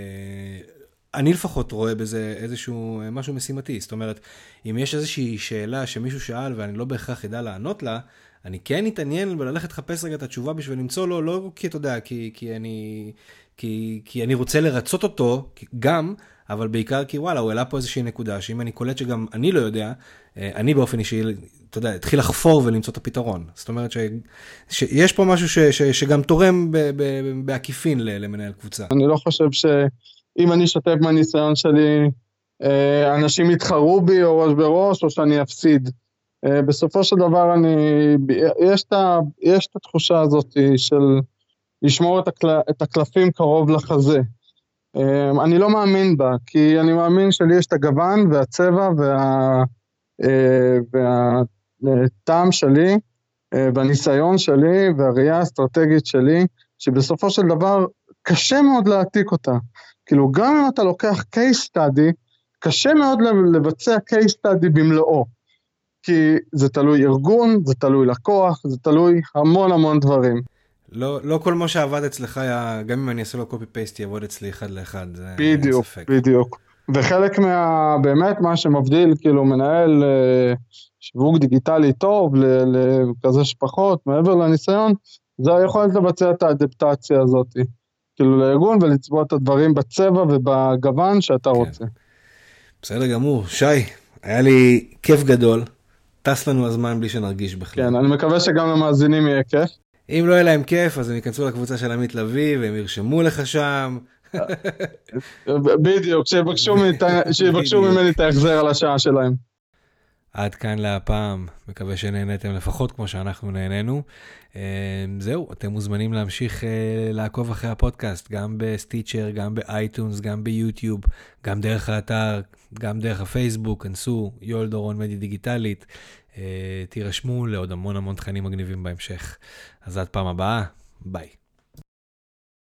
אני לפחות רואה בזה איזשהו משהו משימתי, זאת אומרת, אם יש איזושהי שאלה שמישהו שאל, ואני לא בהכרח ידע לענות לה, אני כן אתעניין וללכת לחפש רגע את התשובה בשביל למצוא לו, לא כי אתה יודע, כי, כי, אני, כי, כי אני רוצה לרצות אותו גם, אבל בעיקר כי וואלה, הוא העלה פה איזושהי נקודה, שאם אני קולט שגם אני לא יודע, אני באופן אישי, אתה יודע, התחיל לחפור ולמצוא את הפתרון. זאת אומרת ש, שיש פה משהו ש, ש, שגם תורם ב, ב, בעקיפין למנהל קבוצה. אני לא חושב שאם אני אשתף מהניסיון שלי, אנשים יתחרו בי או ראש בראש, או שאני אפסיד. בסופו של דבר אני, יש את, יש את התחושה הזאת של לשמור את, הקל, את הקלפים קרוב לחזה. אני לא מאמין בה, כי אני מאמין שלי יש את הגוון והצבע וה, והטעם שלי, והניסיון שלי והראייה האסטרטגית שלי, שבסופו של דבר קשה מאוד להעתיק אותה. כאילו גם אם אתה לוקח case study, קשה מאוד לבצע case study במלואו. כי זה תלוי ארגון, זה תלוי לקוח, זה תלוי המון המון דברים. לא, לא כל מה שעבד אצלך, גם אם אני אעשה לו קופי פייסט, יעבוד אצלי אחד לאחד. בדיוק, בדיוק. וחלק מה, באמת מה שמבדיל, כאילו מנהל שיווק דיגיטלי טוב, לכזה שפחות, מעבר לניסיון, זה היכולת לבצע את האדפטציה הזאת. כאילו לארגון ולצבוע את הדברים בצבע ובגוון שאתה כן. רוצה. בסדר גמור. שי, היה לי כיף גדול. טס לנו הזמן בלי שנרגיש בכלל. כן, אני מקווה שגם למאזינים יהיה כיף. אם לא יהיה להם כיף, אז הם ייכנסו לקבוצה של עמית לוי, והם ירשמו לך שם. בדיוק, שיבקשו ממני את ההחזר על השעה שלהם. עד כאן להפעם, מקווה שנהנתם לפחות כמו שאנחנו נהנינו. זהו, אתם מוזמנים להמשיך לעקוב אחרי הפודקאסט, גם בסטיצ'ר, גם באייטונס, גם ביוטיוב, גם דרך האתר, גם דרך הפייסבוק, כנסו, יואל דורון מדיה דיגיטלית, תירשמו לעוד המון המון תכנים מגניבים בהמשך. אז עד פעם הבאה, ביי.